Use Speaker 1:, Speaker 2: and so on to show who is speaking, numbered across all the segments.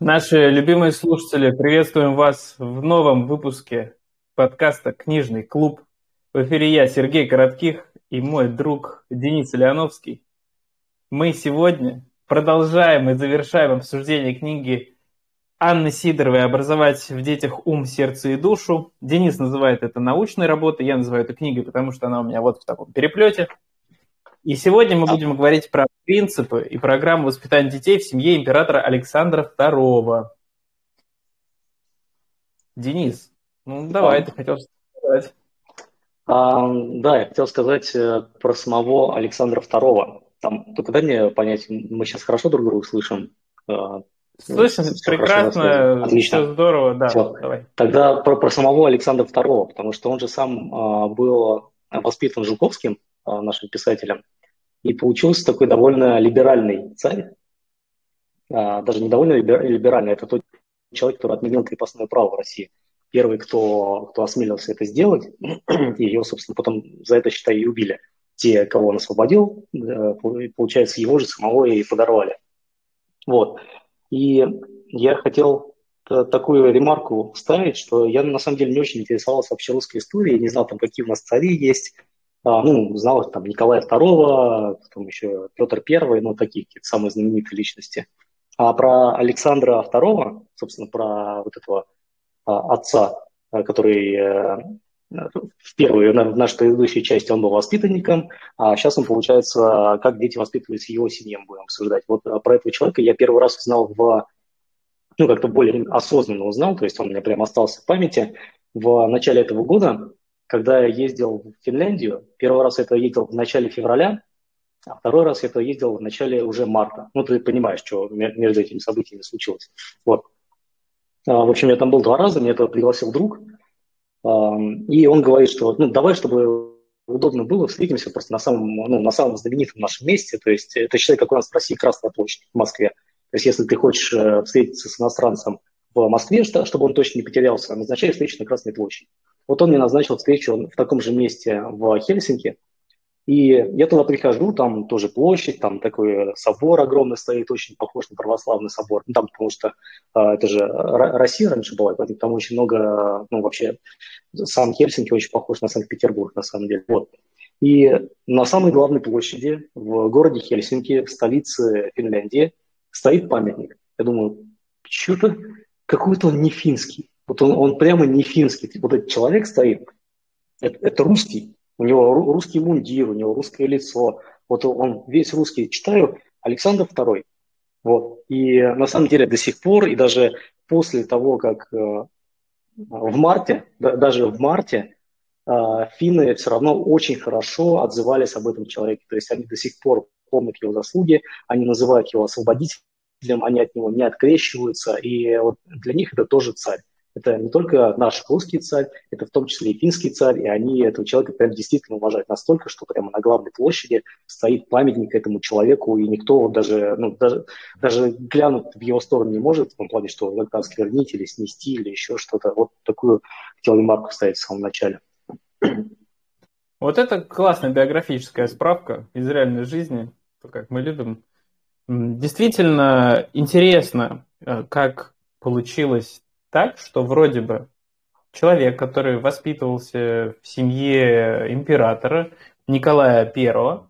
Speaker 1: Наши любимые слушатели, приветствуем вас в новом выпуске подкаста «Книжный клуб». В эфире я, Сергей Коротких, и мой друг Денис Ильяновский. Мы сегодня продолжаем и завершаем обсуждение книги Анны Сидоровой «Образовать в детях ум, сердце и душу». Денис называет это научной работой, я называю это книгой, потому что она у меня вот в таком переплете. И сегодня мы будем говорить про принципы и программу воспитания детей в семье императора Александра II. Денис, давай, ты хотел сказать.
Speaker 2: Да, я хотел сказать про самого Александра II. Только дай мне понять, мы сейчас хорошо друг друга слышим?
Speaker 1: Слышно,
Speaker 2: Все хорошо на связи?
Speaker 1: прекрасно,
Speaker 2: Отлично.
Speaker 1: все здорово, да,
Speaker 2: Все.
Speaker 1: давай.
Speaker 2: Тогда про самого Александра II, потому что он же сам был воспитан Жуковским, нашим писателем, и получился такой довольно либеральный царь. Даже не довольно либеральный, это тот человек, который отменил крепостное право в России. Первый, кто осмелился это сделать, и его, собственно, потом за это, считай, и убили. Те, кого он освободил, получается, его же самого и подорвали. Вот. И я хотел такую ремарку вставить, что я на самом деле не очень интересовался вообще русской историей, не знал, там, какие у нас цари есть. Знал там Николая II, потом еще Петр I, такие какие-то самые знаменитые личности. А про Александра II, собственно, про вот этого отца, который в первой, в нашей предыдущей части он был воспитанником, а сейчас он, получается, как дети воспитываются в его семье, мы будем обсуждать. Вот про этого человека я первый раз узнал как-то более осознанно узнал, то есть он у меня прям остался в памяти в начале этого года, когда я ездил в Финляндию. Первый раз это ездил в начале февраля, а второй раз это ездил в начале уже марта. Ты понимаешь, что между этими событиями случилось. Вот. В общем, я там был 2 раза, меня туда пригласил друг, и он говорит, что давай, чтобы удобно было, встретимся просто на самом знаменитом нашем месте, то есть это считай, как у нас в России Красная площадь в Москве. То есть если ты хочешь встретиться с иностранцем в Москве, чтобы он точно не потерялся, назначай встречу на Красной площади. Вот он мне назначил встречу в таком же месте в Хельсинки. И я туда прихожу, там тоже площадь, там такой собор огромный стоит, очень похож на православный собор. Потому что это же Россия раньше была, поэтому там очень много, вообще, сам Хельсинки очень похож на Санкт-Петербург, на самом деле. Вот. И на самой главной площади в городе Хельсинки, в столице Финляндии, стоит памятник. Я думаю, что-то какой-то он не финский. Вот он прямо не финский. Вот этот человек стоит, это русский. У него русский мундир, у него русское лицо. Вот он весь русский. Читаю Александр II. Вот. И на самом деле до сих пор, и даже после того, как в марте, даже в марте, финны все равно очень хорошо отзывались об этом человеке. То есть они до сих пор помнят его заслуги, они называют его освободителем, они от него не открещиваются. И вот для них это тоже царь. Это не только наш русский царь, это в том числе и финский царь, и они этого человека прям действительно уважают настолько, что прямо на главной площади стоит памятник этому человеку, и никто даже глянуть в его сторону не может, в том плане, что как-то осквернить или снести, или еще что-то. Вот такую хотел ремарку вставить в самом начале.
Speaker 1: Вот это классная биографическая справка из реальной жизни, то, как мы любим. Действительно интересно, как получилось так, что вроде бы человек, который воспитывался в семье императора Николая I,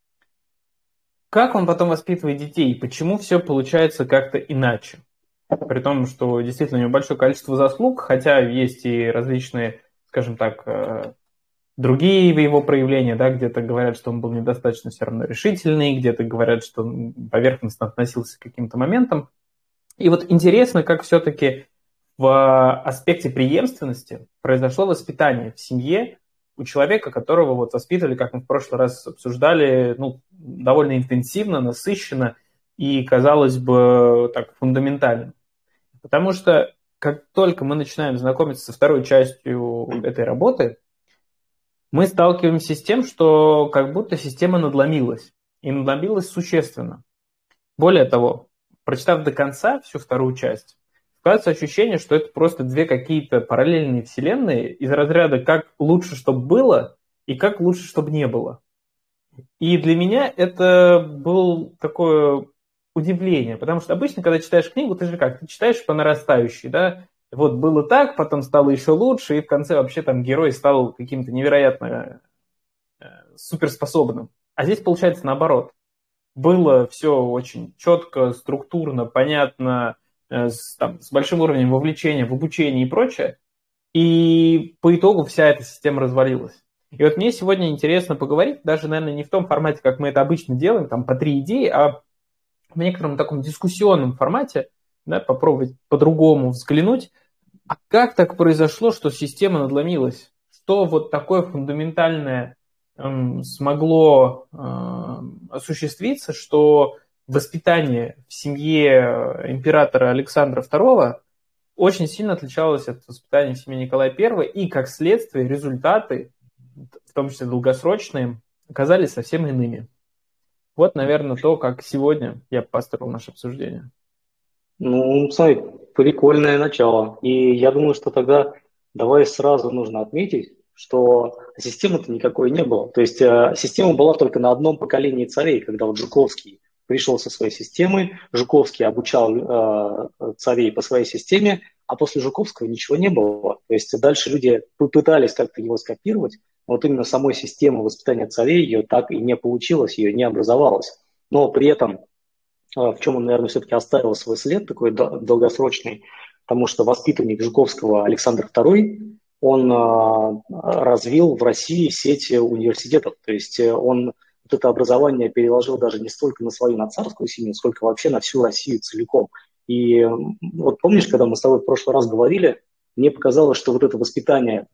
Speaker 1: как он потом воспитывает детей, и почему все получается как-то иначе? При том, что действительно у него большое количество заслуг, хотя есть и различные, скажем так, другие его проявления, да, где-то говорят, что он был недостаточно все равно решительный, где-то говорят, что он поверхностно относился к каким-то моментам. И вот интересно, как все-таки в аспекте преемственности произошло воспитание в семье у человека, которого вот воспитывали, как мы в прошлый раз обсуждали, довольно интенсивно, насыщенно и, казалось бы, так фундаментально. Потому что как только мы начинаем знакомиться со второй частью этой работы, мы сталкиваемся с тем, что как будто система надломилась. И надломилась существенно. Более того, прочитав до конца всю вторую часть, складывается ощущение, что это просто 2 какие-то параллельные вселенные из разряда как лучше, чтобы было, и как лучше, чтобы не было. И для меня это был такой удивление, потому что обычно, когда читаешь книгу, ты же как, ты читаешь по нарастающей, да, вот было так, потом стало еще лучше, и в конце вообще там герой стал каким-то невероятно суперспособным. А здесь получается наоборот. Было все очень четко, структурно, понятно, с большим уровнем вовлечения в обучение и прочее, и по итогу вся эта система развалилась. И вот мне сегодня интересно поговорить, даже, наверное, не в том формате, как мы это обычно делаем, там по 3 идеи, а в некотором таком дискуссионном формате, да, попробовать по-другому взглянуть, а как так произошло, что система надломилась? Что вот такое фундаментальное смогло осуществиться, что воспитание в семье императора Александра II очень сильно отличалось от воспитания в семье Николая I, и как следствие результаты, в том числе долгосрочные, оказались совсем иными. Вот, наверное, то, как сегодня я построил наше обсуждение.
Speaker 2: Ну, смотри, прикольное начало. И я думаю, что тогда давай сразу нужно отметить, что системы-то никакой не было. То есть система была только на одном поколении царей, когда вот Жуковский пришел со своей системой, Жуковский обучал царей по своей системе, а после Жуковского ничего не было. То есть дальше люди попытались как-то его скопировать, но вот именно самой системы воспитания царей ее так и не получилось, ее не образовалось. Но при этом в чем он, наверное, все-таки оставил свой след такой долгосрочный, потому что воспитанник Жуковского Александр II, он развил в России сеть университетов, то есть он вот это образование переложил даже не столько на свою, на царскую семью, сколько вообще на всю Россию целиком. И вот помнишь, когда мы с тобой в прошлый раз говорили, мне показалось, что вот это воспитание,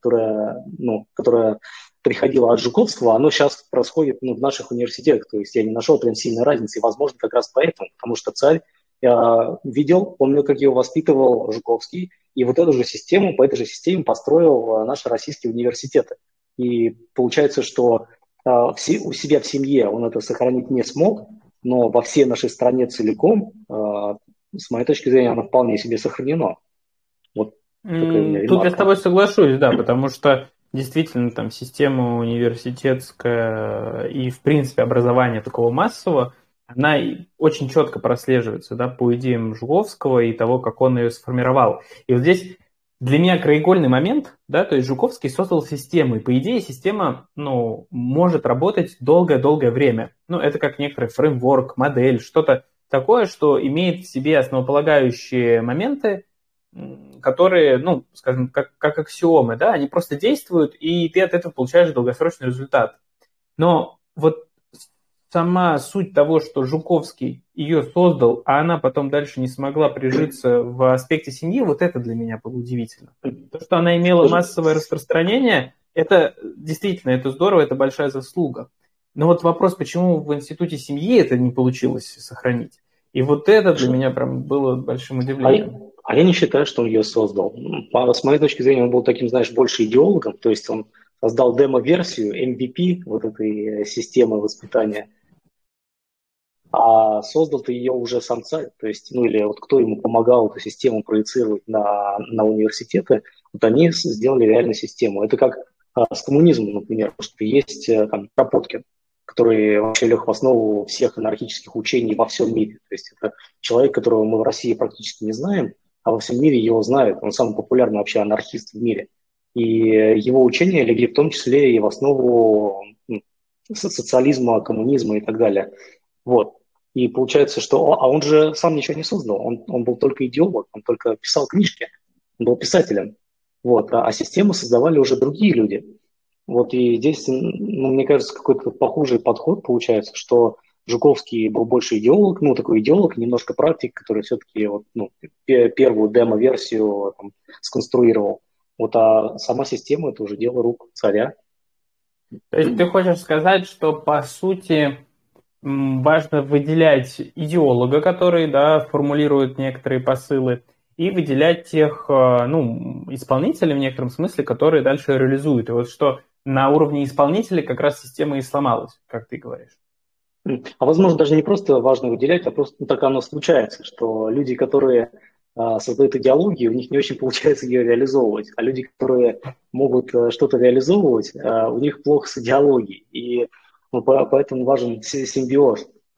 Speaker 2: которое приходило от Жуковского, оно сейчас происходит в наших университетах. То есть я не нашел прям сильной разницы. И, возможно, как раз поэтому, потому что царь видел, помню, как его воспитывал Жуковский, и вот эту же систему, по этой же системе построил наши российские университеты. И получается, что у себя в семье он это сохранить не смог, но во всей нашей стране целиком, с моей точки зрения, оно вполне себе сохранено. Вот такая у меня
Speaker 1: Тут я с
Speaker 2: ремарка.
Speaker 1: тобой соглашусь, да, потому что действительно там система университетская и, в принципе, образование такого массового, она очень четко прослеживается, да, по идеям Жуковского и того, как он ее сформировал. И вот здесь для меня краеугольный момент, да, то есть Жуковский создал систему, и по идее система, может работать долгое-долгое время. Это как некоторый фреймворк, модель, что-то такое, что имеет в себе основополагающие моменты, которые, скажем, как аксиомы, да, они просто действуют, и ты от этого получаешь долгосрочный результат. Но вот сама суть того, что Жуковский ее создал, а она потом дальше не смогла прижиться в аспекте семьи, вот это для меня было удивительно. То, что она имела массовое распространение, это действительно, это здорово, это большая заслуга. Но вот вопрос, почему в институте семьи это не получилось сохранить? И вот это для меня прям было большим удивлением.
Speaker 2: А я не считаю, что он ее создал. С моей точки зрения, он был таким, знаешь, больше идеологом, то есть он создал демо-версию, MVP вот этой системы воспитания, а создал-то ее уже сам царь, то есть, или вот кто ему помогал эту систему проецировать на университеты, вот они сделали реальную систему. Это как с коммунизмом, например, потому что есть там Кропоткин, который вообще лег в основу всех анархических учений во всем мире. То есть это человек, которого мы в России практически не знаем, а во всем мире его знают. Он самый популярный вообще анархист в мире. И его учения легли в том числе и в основу социализма, коммунизма и так далее. Вот. И получается, что... А он же сам ничего не создал. Он был только идеолог, он только писал книжки. Он был писателем. Вот. А систему создавали уже другие люди. Вот и здесь, мне кажется, какой-то похожий подход получается, что Жуковский был больше идеолог, такой идеолог, немножко практик, который все-таки первую демо-версию сконструировал. Вот, а сама система – это уже дело рук царя.
Speaker 1: То есть ты хочешь сказать, что, по сути, важно выделять идеолога, который, да, формулирует некоторые посылы, и выделять тех, исполнителей в некотором смысле, которые дальше реализуют. И вот что на уровне исполнителей как раз система и сломалась, как ты говоришь.
Speaker 2: А возможно, даже не просто важно выделять, а просто так оно случается, что люди, которые создают идеологию, у них не очень получается ее реализовывать, а люди, которые могут что-то реализовывать, у них плохо с идеологией. И поэтому важен симбиоз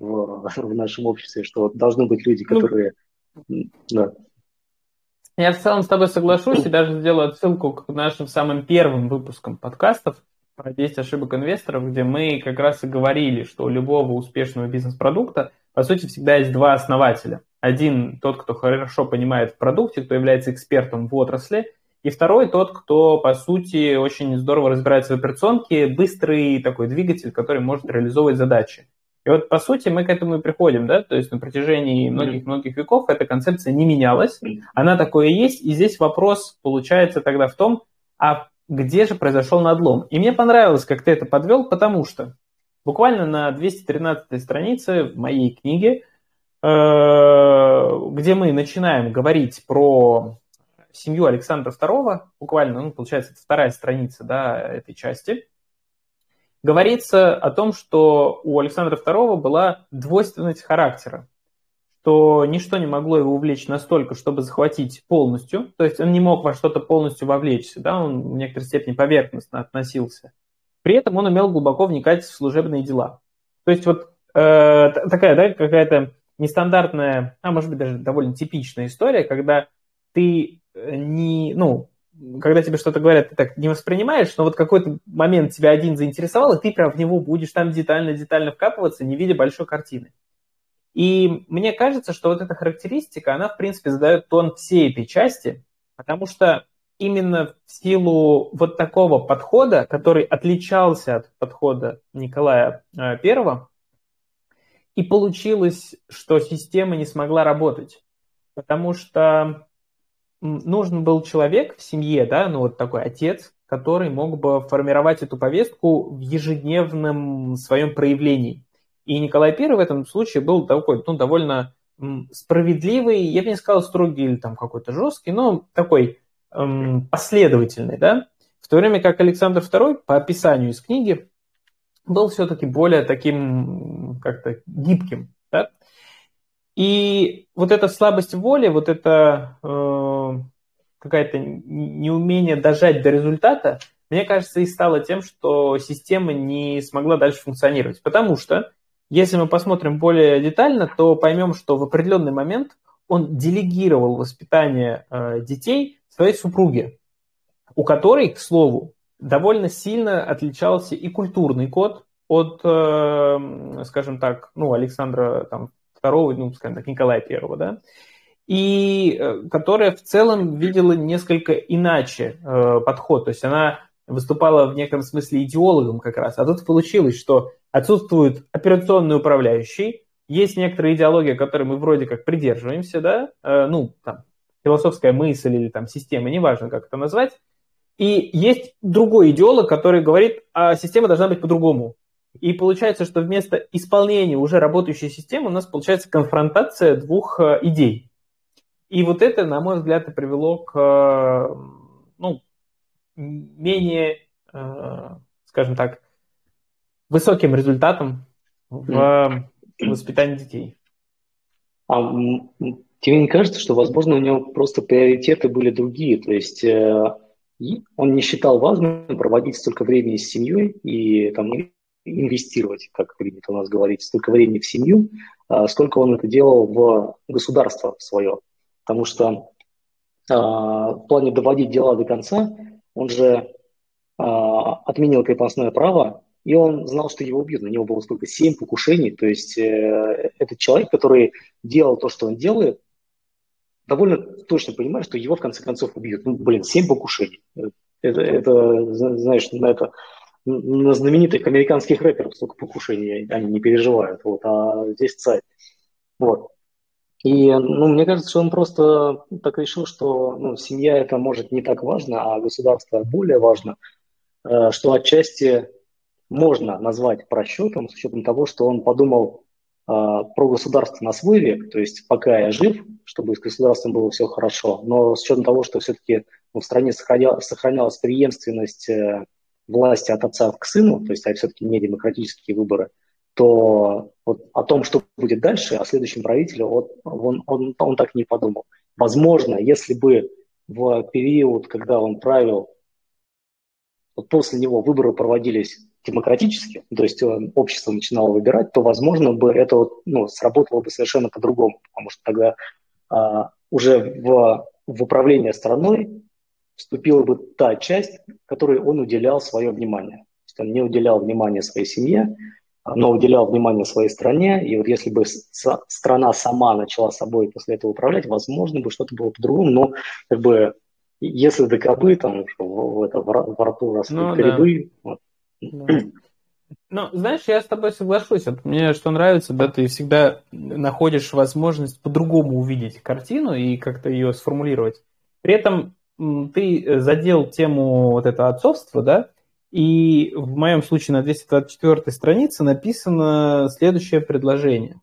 Speaker 2: в нашем обществе, что должны быть люди, которые... Да.
Speaker 1: Я в целом с тобой соглашусь и даже сделаю отсылку к нашим самым первым выпускам подкастов про 10 ошибок инвесторов, где мы как раз и говорили, что у любого успешного бизнес-продукта, по сути, всегда есть два основателя. Один тот, кто хорошо понимает в продукте, кто является экспертом в отрасли, и второй тот, кто, по сути, очень здорово разбирается в операционке, быстрый такой двигатель, который может реализовывать задачи. И вот, по сути, мы к этому и приходим, да, то есть на протяжении многих-многих веков эта концепция не менялась, она такое и есть, и здесь вопрос получается тогда в том, а где же произошел надлом? И мне понравилось, как ты это подвел, потому что буквально на 213-й странице в моей книге, где мы начинаем говорить про семью Александра II, буквально, получается, это вторая страница, да, этой части, говорится о том, что у Александра II была двойственность характера, что ничто не могло его увлечь настолько, чтобы захватить полностью, то есть он не мог во что-то полностью вовлечься, да, он в некоторой степени поверхностно относился. При этом он умел глубоко вникать в служебные дела. То есть вот такая, да, какая-то нестандартная, а может быть даже довольно типичная история, когда ты когда тебе что-то говорят, ты так не воспринимаешь, но вот какой-то момент тебя один заинтересовал, и ты прям в него будешь там детально вкапываться, не видя большой картины. И мне кажется, что вот эта характеристика, она, в принципе, задает тон всей этой части, потому что именно в силу вот такого подхода, который отличался от подхода Николая I, и получилось, что система не смогла работать. Потому что нужен был человек в семье, да, вот такой отец, который мог бы формировать эту повестку в ежедневном своем проявлении. И Николай I в этом случае был такой, довольно справедливый, я бы не сказал строгий или там какой-то жесткий, но такой последовательный, да, в то время как Александр II, по описанию из книги, был все-таки более таким как-то гибким, да. И вот эта слабость воли, вот это какое-то неумение дожать до результата, мне кажется, и стало тем, что система не смогла дальше функционировать. Потому что, если мы посмотрим более детально, то поймем, что в определенный момент он делегировал воспитание детей своей супруге, у которой, к слову, довольно сильно отличался и культурный код от, скажем так, Александра II, скажем так, Николая I, да, и которая в целом видела несколько иначе подход. То есть она выступала в некотором смысле идеологом как раз. А тут получилось, что отсутствует операционный управляющий, есть некоторая идеология, которой мы вроде как придерживаемся, да, философская мысль или система, неважно, как это назвать. И есть другой идеолог, который говорит, а система должна быть по-другому. И получается, что вместо исполнения уже работающей системы у нас получается конфронтация двух идей. И вот это, на мой взгляд, и привело к менее, скажем так, высоким результатам в воспитании детей.
Speaker 2: А тебе не кажется, что, возможно, у него просто приоритеты были другие? То есть он не считал важным проводить столько времени с семьей и инвестировать, как принято у нас говорить, столько времени в семью, сколько он это делал в государство свое. Потому что в плане доводить дела до конца он же отменил крепостное право, и он знал, что его убьют. На него было сколько? 7 покушений. То есть этот человек, который делал то, что он делает, довольно точно понимает, что его в конце концов убьют. 7 покушений. Это знаешь, на знаменитых американских рэперов столько покушений они не переживают. А здесь царь. И мне кажется, что он просто так решил, что семья это может не так важно, а государство более важно, что отчасти можно назвать просчетом с учетом того, что он подумал про государство на свой век, то есть пока я жив, чтобы с государством было все хорошо, но с учетом того, что все-таки в стране сохранялась преемственность власти от отца к сыну, то есть все-таки не демократические выборы, то о том, что будет дальше, о следующем правителе, он так не подумал. Возможно, если бы в период, когда он правил, вот после него выборы проводились демократически, то есть общество начинало выбирать, то, возможно, бы это вот, ну, сработало бы совершенно по-другому, потому что тогда уже в управление страной вступила бы та часть, которой он уделял свое внимание. То есть он не уделял внимания своей семье, но уделял внимание своей стране. И вот если бы страна сама начала собой после этого управлять, возможно бы что-то было по-другому. Но как бы если до кобы, там в рту растут
Speaker 1: Ну, да.
Speaker 2: грибы. Вот.
Speaker 1: Да. Ну, знаешь, я с тобой соглашусь. Вот мне что нравится, да, ты всегда находишь возможность по-другому увидеть картину и как-то ее сформулировать. При этом ты задел тему вот этого отцовства, да, и в моем случае на 224 странице написано следующее предложение,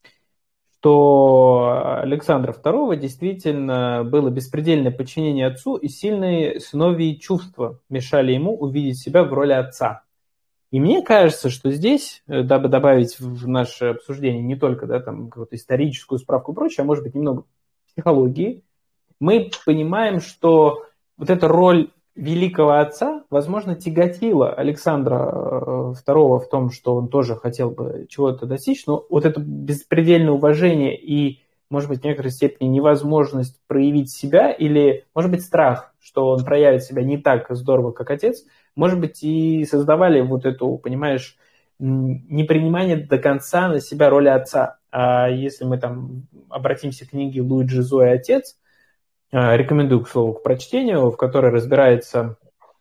Speaker 1: что Александра II действительно было беспредельное подчинение отцу, и сильные сыновьи чувства мешали ему увидеть себя в роли отца. И мне кажется, что здесь, дабы добавить в наше обсуждение не только, да, там, какую-то историческую справку и прочее, а может быть немного психологии, мы понимаем, что вот эта роль великого отца, возможно, тяготила Александра II в том, что он тоже хотел бы чего-то достичь, но вот это беспредельное уважение и, может быть, в некоторой степени невозможность проявить себя или, может быть, страх, что он проявит себя не так здорово, как отец, может быть, и создавали вот эту, понимаешь, непринимание до конца на себя роли отца. А если мы там обратимся к книге Луиджи Зои «Отец», рекомендую, к слову, к прочтению, в которой разбирается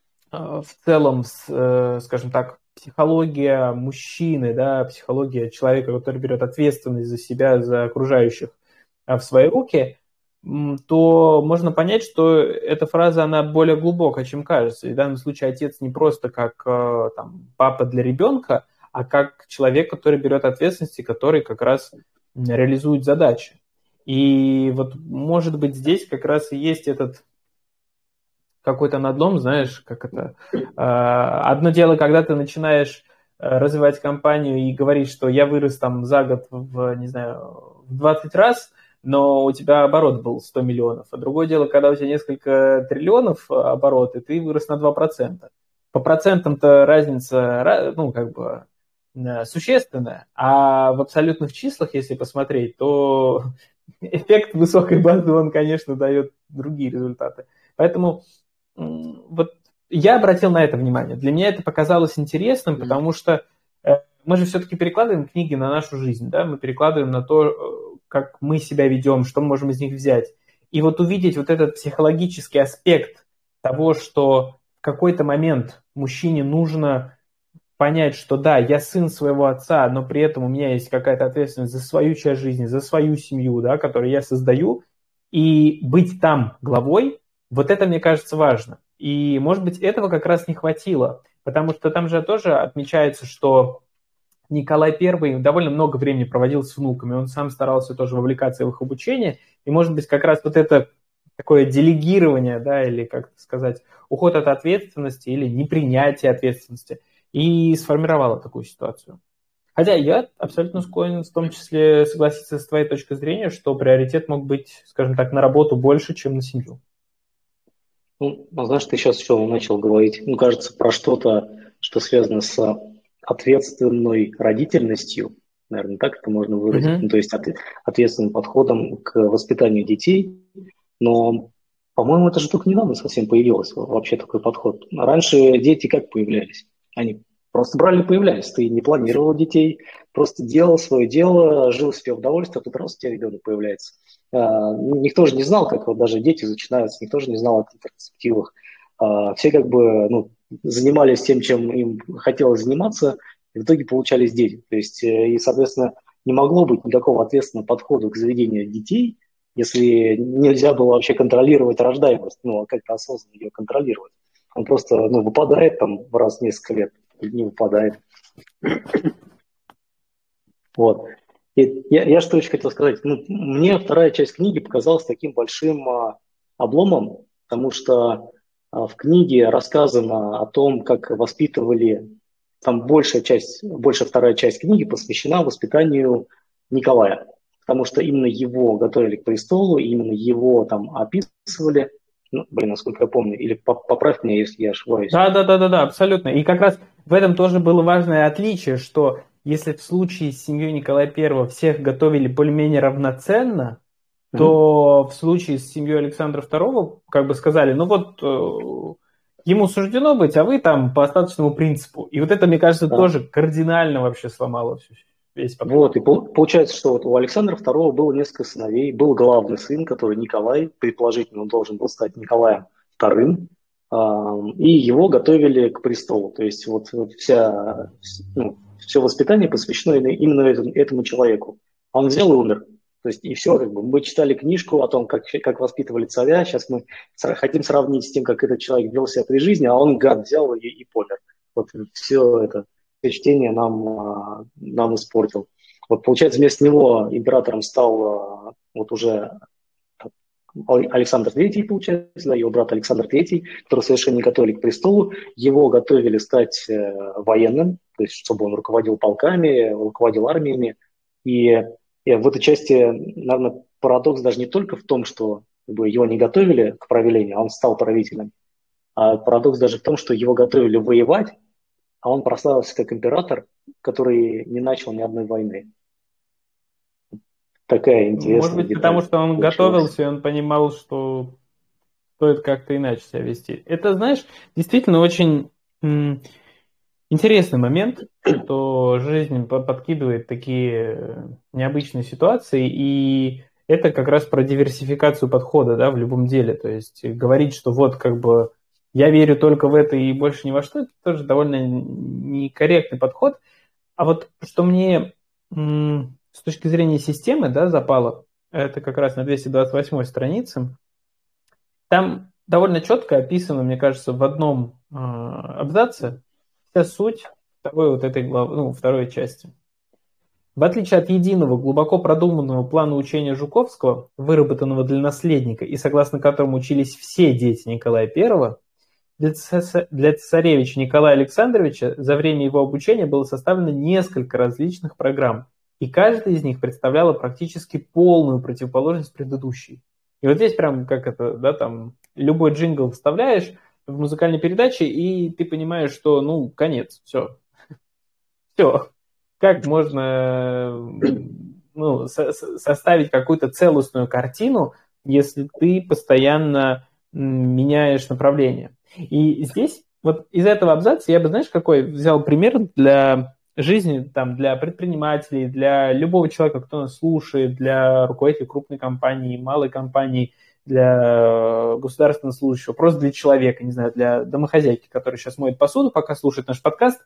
Speaker 1: в целом, скажем так, психология мужчины, да, психология человека, который берет ответственность за себя, за окружающих в свои руки, то можно понять, что эта фраза, она более глубокая, чем кажется. И в данном случае отец не просто как там, папа для ребенка, а как человек, который берет ответственность и который как раз реализует задачи. И вот, может быть, здесь как раз и есть этот какой-то надлом, знаешь, как это... Одно дело, когда ты начинаешь развивать компанию и говоришь, что я вырос там за год не знаю, в 20 раз, но у тебя оборот был 100 миллионов. А другое дело, когда у тебя несколько триллионов оборот, и ты вырос на 2%. По процентам-то разница, ну, как бы, существенная. А в абсолютных числах, если посмотреть, то эффект высокой базы, он, конечно, дает другие результаты. Поэтому вот я обратил на это внимание. Для меня это показалось интересным, потому что мы же все-таки перекладываем книги на нашу жизнь, да, мы перекладываем на то, как мы себя ведем, что мы можем из них взять. И вот увидеть вот этот психологический аспект того, что в какой-то момент мужчине нужно понять, что да, я сын своего отца, но при этом у меня есть какая-то ответственность за свою часть жизни, за свою семью, да, которую я создаю, и быть там главой, вот это, мне кажется, важно. И, может быть, этого как раз не хватило, потому что там же тоже отмечается, что Николай I довольно много времени проводил с внуками, он сам старался тоже вовлекаться в их обучение, и, может быть, как раз вот это такое делегирование, да, или, как сказать, уход от ответственности или непринятие ответственности, и сформировало такую ситуацию. Хотя я абсолютно склонен в том числе согласиться с твоей точкой зрения, что приоритет мог быть, скажем так, на работу больше, чем на семью.
Speaker 2: Ну, знаешь, ты сейчас еще начал говорить, ну, кажется, про что-то, что связано с ответственной родительностью, наверное, так это можно выразить, ну, то есть ответственным подходом к воспитанию детей, но, по-моему, эта штука недавно совсем появилась, вообще такой подход. Раньше дети как появлялись? Они просто брали и появлялись, ты не планировал детей, просто делал свое дело, жил себе в удовольствие, а тут раз у тебя ребенок появляется. Никто же не знал, как вот даже дети начинаются, никто же не знал о контрацептивах. Все как бы, ну, занимались тем, чем им хотелось заниматься, и в итоге получались дети. То есть, и, соответственно, не могло быть никакого ответственного подхода к заведению детей, если нельзя было вообще контролировать рождаемость, ну, а как-то осознанно ее контролировать. Он просто, ну, выпадает там раз в несколько лет, или не выпадает. Вот. И я что еще хотел сказать. Ну, мне вторая часть книги показалась таким большим обломом, потому что в книге рассказано о том, как воспитывали, там большая вторая часть книги посвящена воспитанию Николая, потому что именно его готовили к престолу, именно его там описывали, Ну, блин, насколько я помню. Или поправь меня, если я ошибаюсь.
Speaker 1: Да, абсолютно. И как раз в этом тоже было важное отличие, что если в случае с семьей Николая I всех готовили более-менее равноценно,
Speaker 2: Мгм.
Speaker 1: то в случае с семьей Александра II как бы сказали, ну вот ему суждено быть, а вы там по остаточному принципу. И вот это, мне кажется,
Speaker 2: Да.
Speaker 1: тоже кардинально вообще сломало весь подход.
Speaker 2: Вот, и получается, что вот у Александра II было несколько сыновей. Был главный сын, который Николай, предположительно, он должен был стать Николаем II, и его готовили к престолу. То есть вот ну, все воспитание посвящено именно этому человеку. А он взял и умер. То есть и все, как бы мы читали книжку о том, как воспитывали царя, сейчас мы хотим сравнить с тем, как этот человек вел себя при жизни, а он, гад, взял и помер. Вот все это, все чтение нам испортил. Вот, получается, вместо него императором стал вот уже Александр Третий, получается, да, его брат Александр Третий, который совершенно не католик к престолу. Его готовили стать военным, то есть чтобы он руководил полками, руководил армиями. И в этой части, наверное, парадокс даже не только в том, что как бы, его не готовили к правлению, а он стал правителем, а парадокс даже в том, что его готовили воевать, а он прославился как император, который не начал ни одной войны. Такая
Speaker 1: Может
Speaker 2: интересная
Speaker 1: быть, потому
Speaker 2: деталь
Speaker 1: что он
Speaker 2: получилась.
Speaker 1: готовился, и он понимал, что стоит как-то иначе себя вести. Это, знаешь, действительно очень интересный момент, что жизнь подкидывает такие необычные ситуации, и это как раз про диверсификацию подхода, да, в любом деле. То есть говорить, что вот как бы я верю только в это и больше ни во что, это тоже довольно некорректный подход. А вот что мне с точки зрения системы, да, запало, это как раз на 228 странице, там довольно четко описано, мне кажется, в одном абзаце вся суть второй вот этой главы, ну, второй части. В отличие от единого, глубоко продуманного плана учения Жуковского, выработанного для наследника и согласно которому учились все дети Николая I, для цесаревича Николая Александровича за время его обучения было составлено несколько различных программ, и каждая из них представляла практически полную противоположность предыдущей. И вот здесь прям как это, да, там любой джингл вставляешь в музыкальной передаче, и ты понимаешь, что, ну, конец, все. Как можно ну, составить какую-то целостную картину, если ты постоянно меняешь направление? И здесь, вот из этого абзаца я бы, знаешь, какой взял пример для жизни, там, для предпринимателей, для любого человека, кто нас слушает, для руководителей крупной компании, малой компании, для государственного служащего, просто для человека, не знаю, для домохозяйки, которая сейчас моет посуду, пока слушает наш подкаст,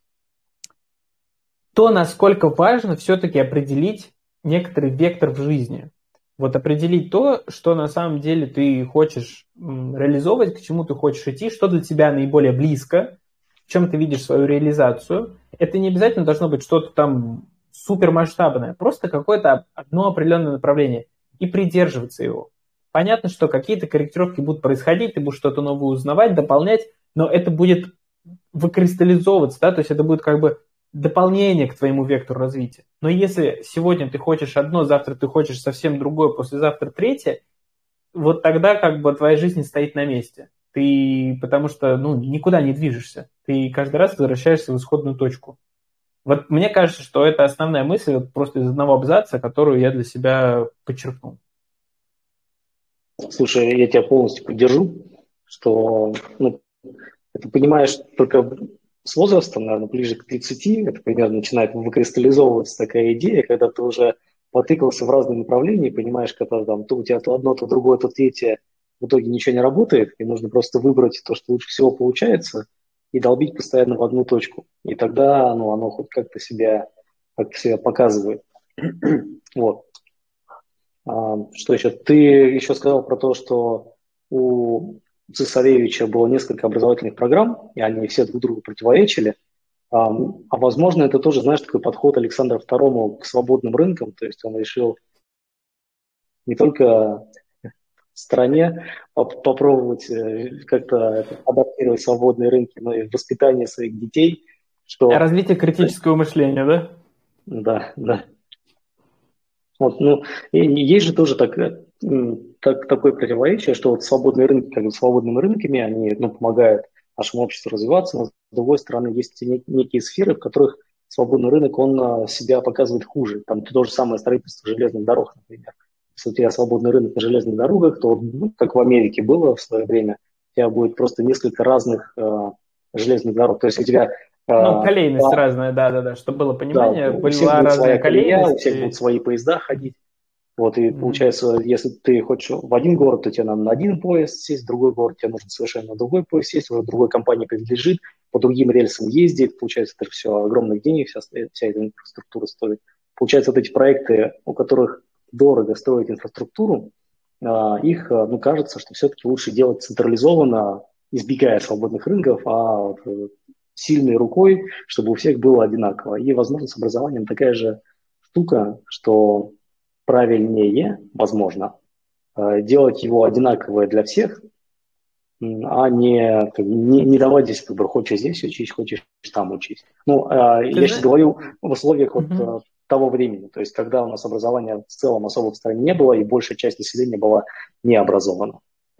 Speaker 1: то, насколько важно все-таки определить некоторый вектор в жизни. Вот определить то, что на самом деле ты хочешь реализовывать, к чему ты хочешь идти, что для тебя наиболее близко, в чем ты видишь свою реализацию. Это не обязательно должно быть что-то там супермасштабное, просто какое-то одно определенное направление и придерживаться его. Понятно, что какие-то корректировки будут происходить, ты будешь что-то новое узнавать, дополнять, но это будет выкристаллизовываться, да, то есть это будет как бы дополнение к твоему вектору развития. Но если сегодня ты хочешь одно, завтра ты хочешь совсем другое, послезавтра третье, вот тогда как бы твоя жизнь стоит на месте. Ты, потому что ну, никуда не движешься. Ты каждый раз возвращаешься в исходную точку. Вот мне кажется, что это основная мысль вот просто из одного абзаца, которую я для себя подчеркнул.
Speaker 2: Слушай, я тебя полностью поддержу, что ну, ты понимаешь только с возрастом, наверное, ближе к 30, это примерно начинает выкристаллизовываться такая идея, когда ты уже потыкался в разные направления и понимаешь, когда там то у тебя то одно, то другое, то третье, в итоге ничего не работает, и нужно просто выбрать то, что лучше всего получается, и долбить постоянно в одну точку. И тогда ну, оно хоть как-то себя показывает. Вот. Что еще? Ты еще сказал про то, что у цесаревича было несколько образовательных программ, и они все друг другу противоречили. Возможно, это тоже, знаешь, такой подход Александра II к свободным рынкам, то есть он решил не только в стране попробовать как-то адаптировать свободные рынки, но и в воспитании своих детей, что
Speaker 1: Развитие критического мышления, да?
Speaker 2: да, да. Вот, ну, и есть же тоже так, такое противоречие, что вот свободные рынки, как бы свободными рынками, они помогают нашему обществу развиваться, но с другой стороны есть некие сферы, в которых свободный рынок, он себя показывает хуже. Там то же самое строительство железных дорог, например. Если у тебя свободный рынок на железных дорогах, то, как в Америке было в свое время, у тебя будет просто несколько разных железных дорог. То есть у тебя
Speaker 1: колейность разная, да, чтобы было
Speaker 2: да,
Speaker 1: понимание,
Speaker 2: у всех
Speaker 1: была
Speaker 2: будет
Speaker 1: разная
Speaker 2: своя колея, у
Speaker 1: колейность.
Speaker 2: всех будут свои поезда ходить. Вот, и получается, если ты хочешь в один город, то тебе надо на один поезд сесть, в другой город тебе нужно совершенно на другой поезд сесть, уже другой компании принадлежит, по другим рельсам ездит, получается, это все огромных денег, вся эта инфраструктура стоит. Получается, вот эти проекты, у которых дорого строить инфраструктуру, их, кажется, что все-таки лучше делать централизованно, избегая свободных рынков, а сильной рукой, чтобы у всех было одинаково. И, возможно, с образованием такая же штука, что правильнее, возможно, делать его одинаковое для всех, а не давать здесь выбор, хочешь здесь учись, хочешь там учись. Я сейчас говорю в условиях того времени, то есть когда у нас образования в целом особо в стране не было, и большая часть населения была не образована.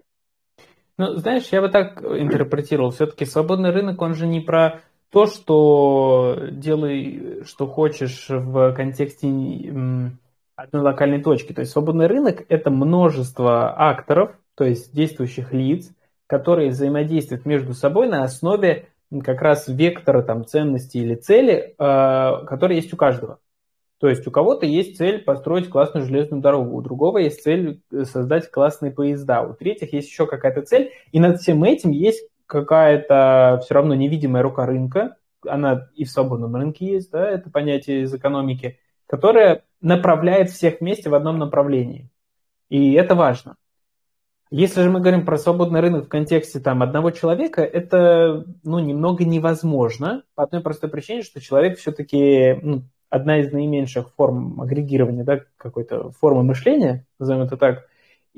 Speaker 1: Знаешь, я бы так интерпретировал. Все-таки свободный рынок, он же не про то, что делай, что хочешь в контексте одной локальной точки. То есть свободный рынок – это множество акторов, то есть действующих лиц, которые взаимодействуют между собой на основе как раз вектора ценностей или цели, которые есть у каждого. То есть у кого-то есть цель построить классную железную дорогу, у другого есть цель создать классные поезда, у третьих есть еще какая-то цель, и над всем этим есть какая-то все равно невидимая рука рынка, она и в свободном рынке есть, да, это понятие из экономики, которая направляет всех вместе в одном направлении. И это важно. Если же мы говорим про свободный рынок в контексте одного человека, это немного невозможно по одной простой причине, что человек все-таки одна из наименьших форм агрегирования, да, какой-то формы мышления, назовем это так.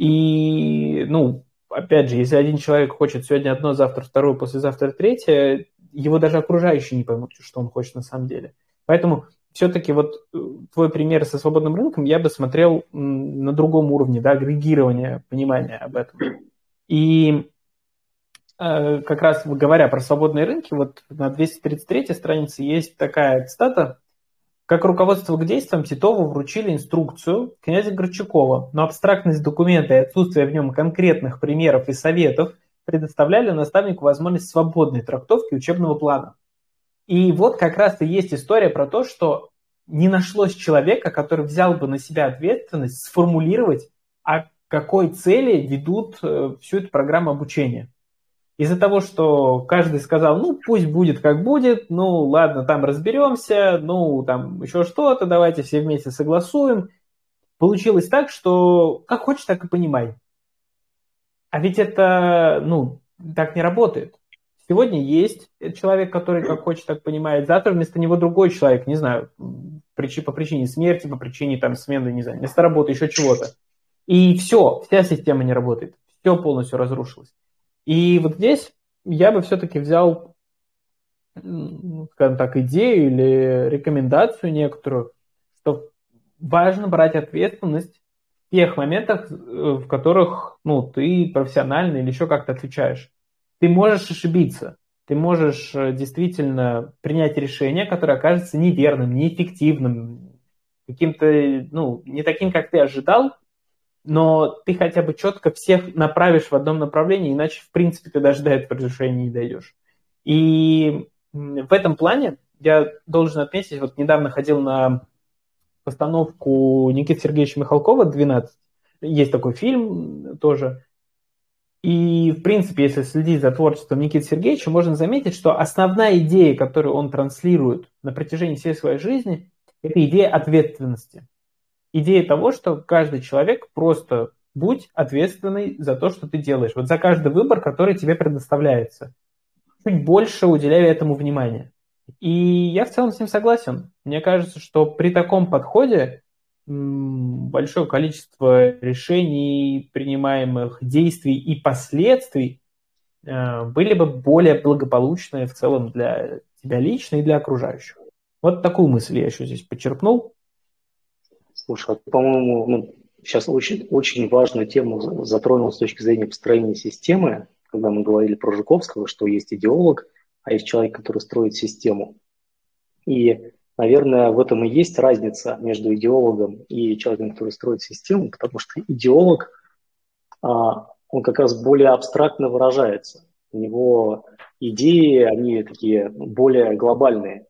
Speaker 1: И, опять же, если один человек хочет сегодня одно, завтра второе, послезавтра третье, его даже окружающие не поймут, что он хочет на самом деле. Поэтому все-таки твой пример со свободным рынком я бы смотрел на другом уровне, да, агрегирования, понимания об этом. И как раз говоря про свободные рынки, на 233 странице есть такая цитата: как руководство к действиям Титову вручили инструкцию князя Горчакова, но абстрактность документа и отсутствие в нем конкретных примеров и советов предоставляли наставнику возможность свободной трактовки учебного плана. И как раз и есть история про то, что не нашлось человека, который взял бы на себя ответственность сформулировать, а какой цели ведут всю эту программу обучения. Из-за того, что каждый сказал, пусть будет как будет, ладно, там разберемся, там еще что-то, давайте все вместе согласуем. Получилось так, что как хочешь, так и понимай. А ведь это, так не работает. Сегодня есть человек, который как хочет, так понимает. Завтра вместо него другой человек, не знаю, по причине смерти, по причине смены, не знаю, места работы, еще чего-то. И все, вся система не работает. Все полностью разрушилось. И здесь я бы все-таки взял, скажем так, идею или рекомендацию некоторую, что важно брать ответственность в тех моментах, в которых ты профессионально или еще как-то отвечаешь. Ты можешь ошибиться, ты можешь действительно принять решение, которое окажется неверным, неэффективным, каким-то не таким, как ты ожидал, но ты хотя бы четко всех направишь в одном направлении, иначе, в принципе, ты даже до этого решения не дойдешь. И в этом плане я должен отметить, недавно ходил на постановку Никиты Сергеевича Михалкова «12». Есть такой фильм тоже. И, в принципе, если следить за творчеством Никиты Сергеевича, можно заметить, что основная идея, которую он транслирует на протяжении всей своей жизни, это идея ответственности. Идея того, что каждый человек просто будь ответственный за то, что ты делаешь. За каждый выбор, который тебе предоставляется. Чуть больше уделяй этому внимания. И я в целом с ним согласен. Мне кажется, что при таком подходе большое количество решений, принимаемых действий и последствий были бы более благополучные в целом для тебя лично и для такую мысль я еще здесь подчеркнул.
Speaker 2: Слушай, по-моему, сейчас очень важную тему затронул с точки зрения построения системы, когда мы говорили про Жуковского, что есть идеолог, а есть человек, который строит систему. И, наверное, в этом и есть разница между идеологом и человеком, который строит систему, потому что идеолог, он как раз более абстрактно выражается. У него идеи, они такие более глобальные.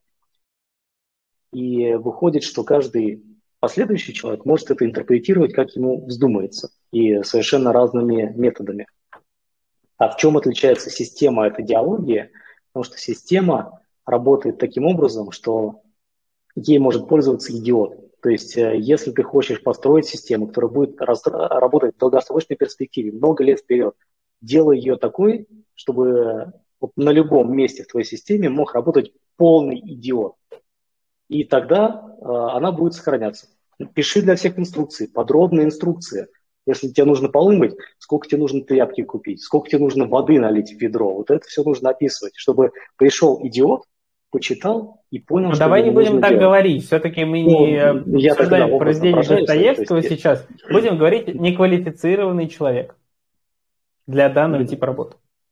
Speaker 2: И выходит, что каждый последующий человек может это интерпретировать, как ему вздумается, и совершенно разными методами. А в чем отличается система от идеологии? Потому что система работает таким образом, что ей может пользоваться идиот. То есть, если ты хочешь построить систему, которая будет работать в долгосрочной перспективе, много лет вперед, делай ее такой, чтобы вот на любом месте в твоей системе мог работать полный идиот. И тогда она будет сохраняться. Пиши для всех инструкции, подробные инструкции. Если тебе нужно полы мыть, сколько тебе нужно тряпки купить, сколько тебе нужно воды налить в ведро. Вот это все нужно описывать, чтобы пришел идиот, почитал и понял, что
Speaker 1: давай не будем так
Speaker 2: делать.
Speaker 1: говорить. Все-таки мы не обсуждаем произведение Достоевского сейчас. Будем говорить неквалифицированный человек для данного типа работы.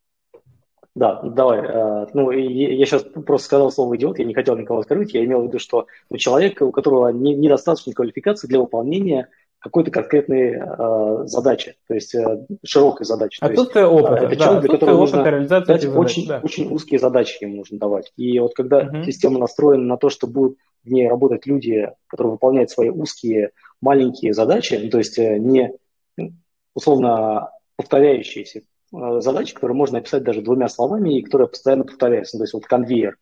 Speaker 2: Да, давай. Ну, я сейчас просто сказал слово «идиот», я не хотел никого оскорбить, я имел в виду, что человек, у которого недостаточно квалификации для выполнения какой-то конкретной задачи, то есть широкой задачи.
Speaker 1: Отсутствие опыта.
Speaker 2: Это человек, для которого нужно дать
Speaker 1: очень,
Speaker 2: очень узкие задачи ему нужно давать. И вот когда система настроена на то, что будут в ней работать люди, которые выполняют свои узкие маленькие задачи, то есть не условно повторяющиеся задачи, которые можно описать даже двумя словами и которые постоянно повторяются, то есть вот конвейер,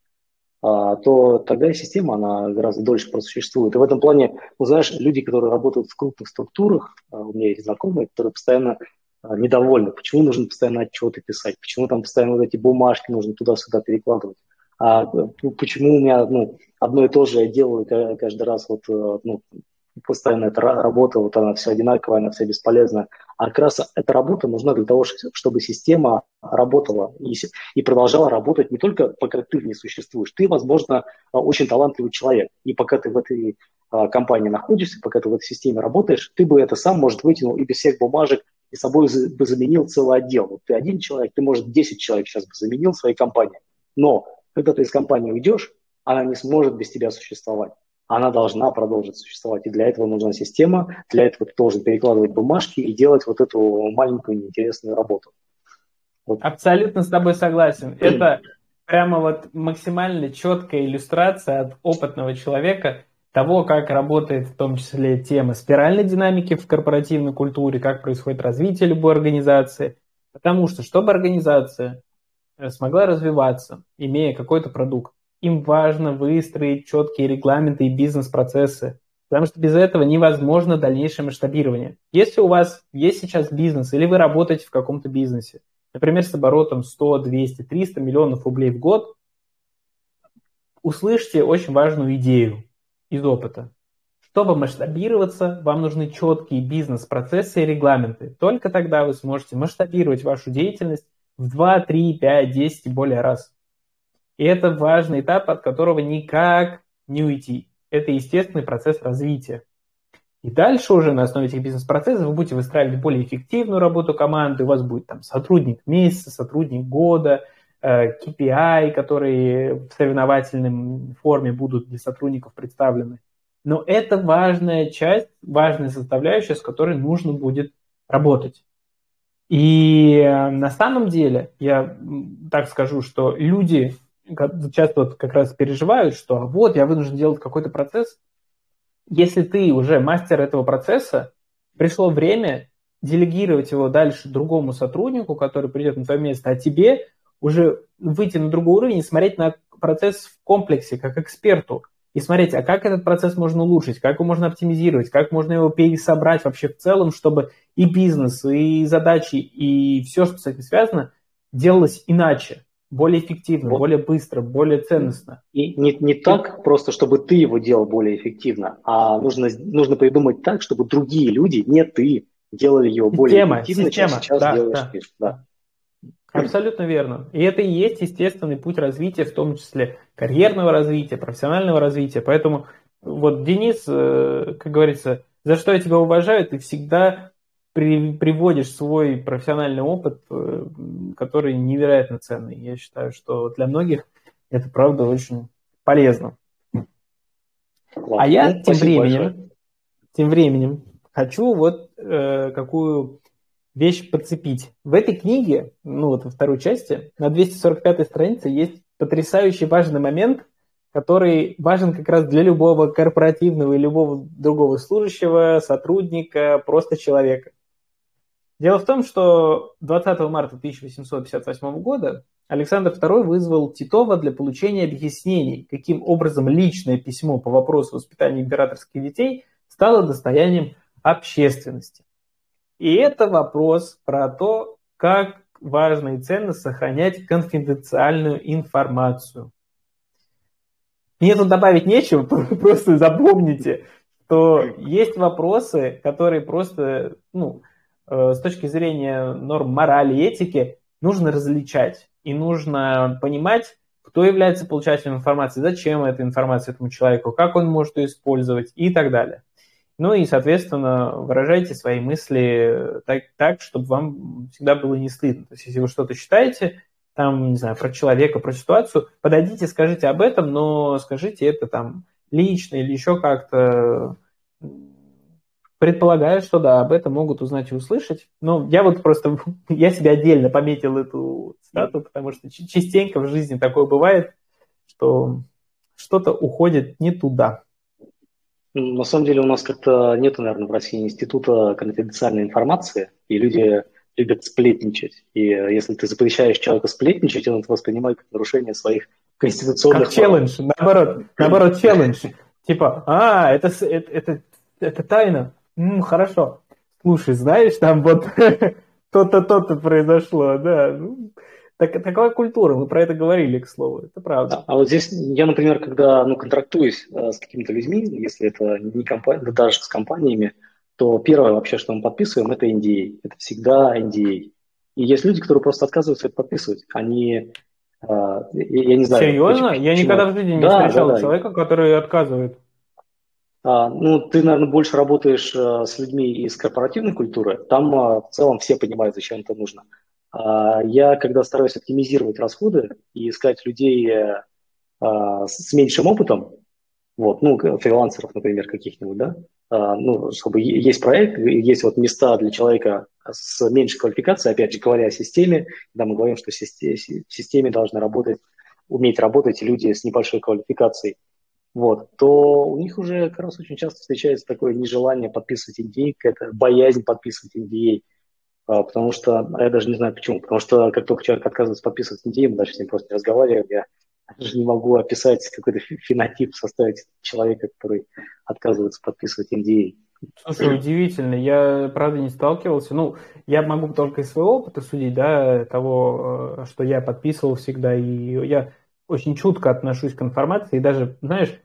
Speaker 2: то тогда и система, она гораздо дольше просуществует. И в этом плане, ну, знаешь, люди, которые работают в крупных структурах, у меня есть знакомые, которые постоянно недовольны, почему нужно постоянно отчеты писать, почему там постоянно вот эти бумажки нужно туда-сюда перекладывать, почему у меня одно и то же я делаю каждый раз, постоянно эта работа, вот она вся одинаковая, она вся бесполезная. А как раз эта работа нужна для того, чтобы система работала и продолжала работать не только пока ты в ней существуешь. Ты, возможно, очень талантливый человек. И пока ты в этой компании находишься, пока ты в этой системе работаешь, ты бы это сам, может, вытянул и без всех бумажек, и собой бы заменил целый отдел. Вот ты один человек, ты, может, 10 человек сейчас бы заменил в своей компании. Но когда ты из компании уйдешь, она не сможет без тебя существовать. Она должна продолжить существовать. И для этого нужна система, для этого ты должен перекладывать бумажки и делать вот эту маленькую неинтересную работу.
Speaker 1: Вот. Абсолютно с тобой согласен. Это прямо вот максимально четкая иллюстрация от опытного человека того, как работает в том числе тема спиральной динамики в корпоративной культуре, как происходит развитие любой организации. Потому что, чтобы организация смогла развиваться, имея какой-то продукт, им важно выстроить четкие регламенты и бизнес-процессы, потому что без этого невозможно дальнейшее масштабирование. Если у вас есть сейчас бизнес, или вы работаете в каком-то бизнесе, например, с оборотом 100, 200, 300 миллионов рублей в год, услышьте очень важную идею из опыта. Чтобы масштабироваться, вам нужны четкие бизнес-процессы и регламенты. Только тогда вы сможете масштабировать вашу деятельность в 2, 3, 5, 10 и более раз. И это важный этап, от которого никак не уйти. Это естественный процесс развития. И дальше уже на основе этих бизнес-процессов вы будете выстраивать более эффективную работу команды, у вас будет там сотрудник месяца, сотрудник года, KPI, которые в соревновательной форме будут для сотрудников представлены. Но это важная часть, важная составляющая, с которой нужно будет работать. И на самом деле, я так скажу, что люди часто вот как раз переживают, что вот я вынужден делать какой-то процесс. Если ты уже мастер этого процесса, пришло время делегировать его дальше другому сотруднику, который придет на твое место, а тебе уже выйти на другой уровень и смотреть на процесс в комплексе, как эксперту, и смотреть, а как этот процесс можно улучшить, как его можно оптимизировать, как можно его пересобрать вообще в целом, чтобы и бизнес, и задачи, и все, что с этим связано, делалось иначе. Более эффективно, более быстро, более ценностно.
Speaker 2: И не так просто, чтобы ты его делал более эффективно, а нужно придумать так, чтобы другие люди, не ты, делали его более эффективно, чем сейчас делаешь ты. Да.
Speaker 1: Абсолютно верно. И это и есть естественный путь развития, в том числе карьерного развития, профессионального развития. Поэтому вот Денис, как говорится, за что я тебя уважаю, ты всегда приводишь свой профессиональный опыт, который невероятно ценный. Я считаю, что для многих это, правда, очень полезно. А
Speaker 2: Класс.
Speaker 1: я
Speaker 2: Ну, спасибо большое.
Speaker 1: тем временем хочу вот какую вещь подцепить. В этой книге, ну вот во второй части, на 245-й странице есть потрясающий важный момент, который важен как раз для любого корпоративного и любого другого служащего, сотрудника, просто человека. Дело в том, что 20 марта 1858 года Александр II вызвал Титова для получения объяснений, каким образом личное письмо по вопросу воспитания императорских детей стало достоянием общественности. И это вопрос про то, как важно и ценно сохранять конфиденциальную информацию. Мне тут добавить нечего, просто запомните, что есть вопросы, которые просто, с точки зрения норм морали и этики, нужно различать. И нужно понимать, кто является получателем информации, зачем эта информация этому человеку, как он может ее использовать и так далее. Ну и, соответственно, выражайте свои мысли так, чтобы вам всегда было не стыдно. То есть, если вы что-то считаете, там, не знаю, про человека, про ситуацию, подойдите, скажите об этом, но скажите это там лично или еще как-то, предполагая, что да, об этом могут узнать и услышать. Но я вот просто, я себе отдельно пометил эту цитату, потому что частенько в жизни такое бывает, что что-то уходит не туда.
Speaker 2: На самом деле у нас как-то нет, наверное, в России института конфиденциальной информации, и люди любят сплетничать. И если ты запрещаешь человеку сплетничать, он это воспринимает как нарушение своих конституционных
Speaker 1: Как
Speaker 2: прав.
Speaker 1: челлендж, наоборот, челлендж. Типа, это тайна. Хорошо. Слушай, знаешь, там вот то-то, то-то произошло, да. Такая культура, мы про это говорили, к слову, это правда.
Speaker 2: А вот здесь я, например, когда контрактуюсь с какими-то людьми, если это не компания, да даже с компаниями, то первое вообще, что мы подписываем, это NDA. Это всегда NDA. И есть люди, которые просто отказываются это подписывать. Они, я не знаю,
Speaker 1: Серьезно? Я
Speaker 2: почему
Speaker 1: никогда
Speaker 2: это.
Speaker 1: в жизни не
Speaker 2: Да, да,
Speaker 1: встречал
Speaker 2: да.
Speaker 1: человека, который отказывает.
Speaker 2: Ну, ты, наверное, больше работаешь с людьми из корпоративной культуры. Там в целом все понимают, зачем это нужно. Я, когда стараюсь оптимизировать расходы и искать людей с меньшим опытом, вот, ну, фрилансеров, например, каких-нибудь, да, ну, чтобы есть проект, есть вот места для человека с меньшей квалификацией, опять же, говоря о системе, когда мы говорим, что в системе должны уметь работать люди с небольшой квалификацией, вот, то у них уже как раз очень часто встречается такое нежелание подписывать NDA, какая-то боязнь подписывать NDA, потому что, я даже не знаю почему, потому что как только человек отказывается подписывать NDA, мы дальше с ним просто не разговариваем, я даже не могу описать какой-то фенотип, составить человека, который отказывается подписывать NDA.
Speaker 1: Слушай, удивительно, я, правда, не сталкивался. Ну, я могу только из своего опыта судить, да, того, что я подписывал всегда, и я очень чутко отношусь к информации, и даже, знаешь,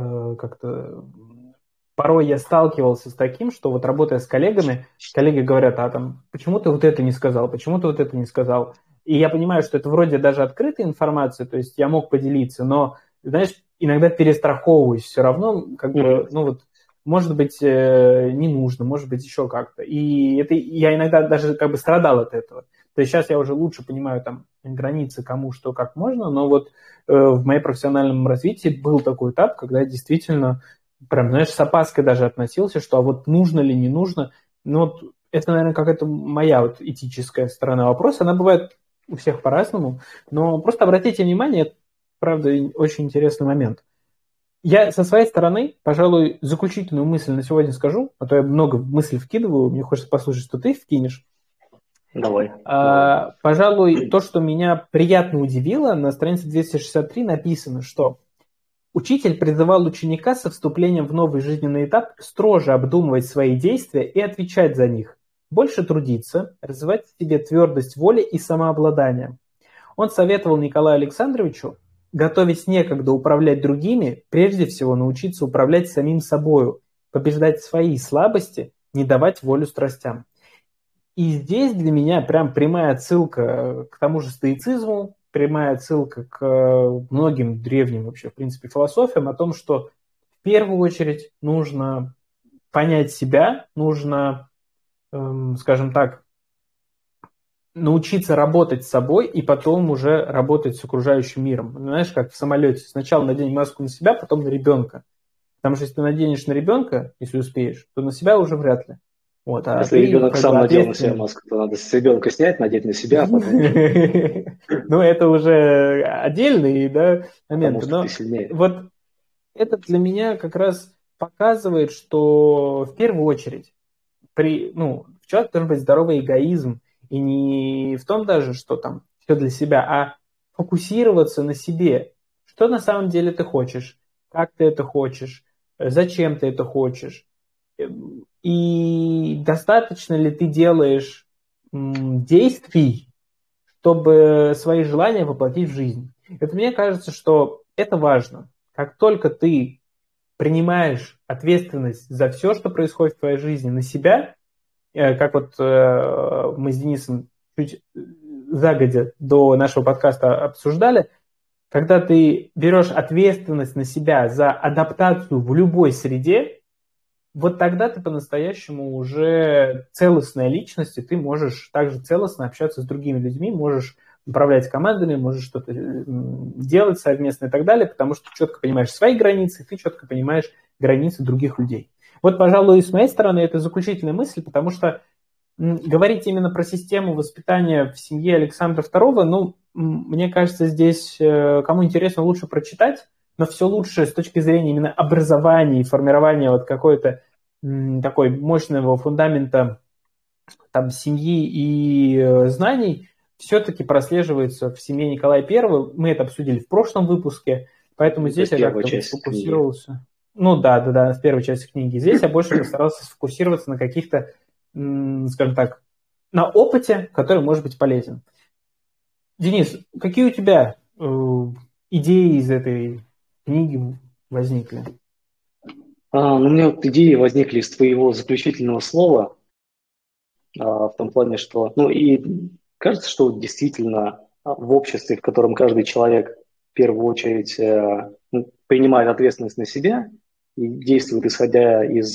Speaker 1: как-то порой я сталкивался с таким, что вот работая с коллегами, коллеги говорят, там, почему ты вот это не сказал, почему ты вот это не сказал. И я понимаю, что это вроде даже открытая информация, то есть я мог поделиться, но, знаешь, иногда перестраховываюсь все равно, как бы, ну вот, может быть, не нужно, может быть, еще как-то. И это я иногда даже как бы страдал от этого. То есть сейчас я уже лучше понимаю там границы, кому что, как можно, но вот в моем профессиональном развитии был такой этап, когда я действительно прям, знаешь, с опаской даже относился, что а вот нужно ли, не нужно. Ну вот это, наверное, какая-то моя вот этическая сторона вопроса. Она бывает у всех по-разному, но просто обратите внимание, это, правда, очень интересный момент. Я со своей стороны, пожалуй, заключительную мысль на сегодня скажу, а то я много мыслей вкидываю, мне хочется послушать, что ты вкинешь.
Speaker 2: Давай.
Speaker 1: Пожалуй, то, что меня приятно удивило, на странице 263 написано, что учитель призывал ученика со вступлением в новый жизненный этап строже обдумывать свои действия и отвечать за них, больше трудиться, развивать в себе твердость воли и самообладание. Он советовал Николаю Александровичу, готовясь некогда управлять другими, прежде всего научиться управлять самим собою, побеждать свои слабости, не давать волю страстям. И здесь для меня прям прямая отсылка к тому же стоицизму, прямая отсылка к многим древним вообще, в принципе, философиям о том, что в первую очередь нужно понять себя, нужно, скажем так, научиться работать с собой и потом уже работать с окружающим миром. Знаешь, как в самолете. Сначала надень маску на себя, потом на ребенка. Потому что если ты наденешь на ребенка, если успеешь, то на себя уже вряд ли. Вот, а
Speaker 2: Если
Speaker 1: ты
Speaker 2: ребенок
Speaker 1: как
Speaker 2: сам
Speaker 1: бы
Speaker 2: надел на себя
Speaker 1: ответственный.
Speaker 2: маску, то надо с ребенка снять, надеть на себя, а потом уже
Speaker 1: Ну, это уже отдельные, да,
Speaker 2: потому
Speaker 1: моменты.
Speaker 2: что ты
Speaker 1: Но
Speaker 2: сильнее.
Speaker 1: вот это для меня как раз показывает, что в первую очередь в человеке должен быть здоровый эгоизм. И не в том даже, что там все для себя, а фокусироваться на себе. Что на самом деле ты хочешь, как ты это хочешь, зачем ты это хочешь. И достаточно ли ты делаешь действий, чтобы свои желания воплотить в жизнь. Это мне кажется, что это важно. Как только ты принимаешь ответственность за все, что происходит в твоей жизни, на себя, как вот мы с Денисом чуть загодя до нашего подкаста обсуждали, когда ты берешь ответственность на себя за адаптацию в любой среде, вот тогда ты по-настоящему уже целостная личность, и ты можешь также целостно общаться с другими людьми, можешь управлять командами, можешь что-то делать совместно и так далее, потому что ты четко понимаешь свои границы, ты четко понимаешь границы других людей. Вот, пожалуй, с моей стороны это заключительная мысль, потому что говорить именно про систему воспитания в семье Александра II, ну, мне кажется, здесь кому интересно, лучше прочитать, но все лучше с точки зрения именно образования и формирования вот какой-то такой мощного фундамента там, семьи и знаний все-таки прослеживается в семье Николая I. Мы это обсудили в прошлом выпуске, поэтому
Speaker 2: Ну, то
Speaker 1: здесь
Speaker 2: есть
Speaker 1: я
Speaker 2: первая
Speaker 1: как-то вот
Speaker 2: часть книги.
Speaker 1: сфокусировался. Ну да, в первой части книги. Здесь я больше постарался сфокусироваться на каких-то, скажем так, на опыте, который может быть полезен. Денис, какие у тебя идеи из этой книги возникли?
Speaker 2: Ну, у меня вот идеи возникли из твоего заключительного слова, в том плане, что, ну, и кажется, что действительно в обществе, в котором каждый человек в первую очередь принимает ответственность на себя и действует исходя из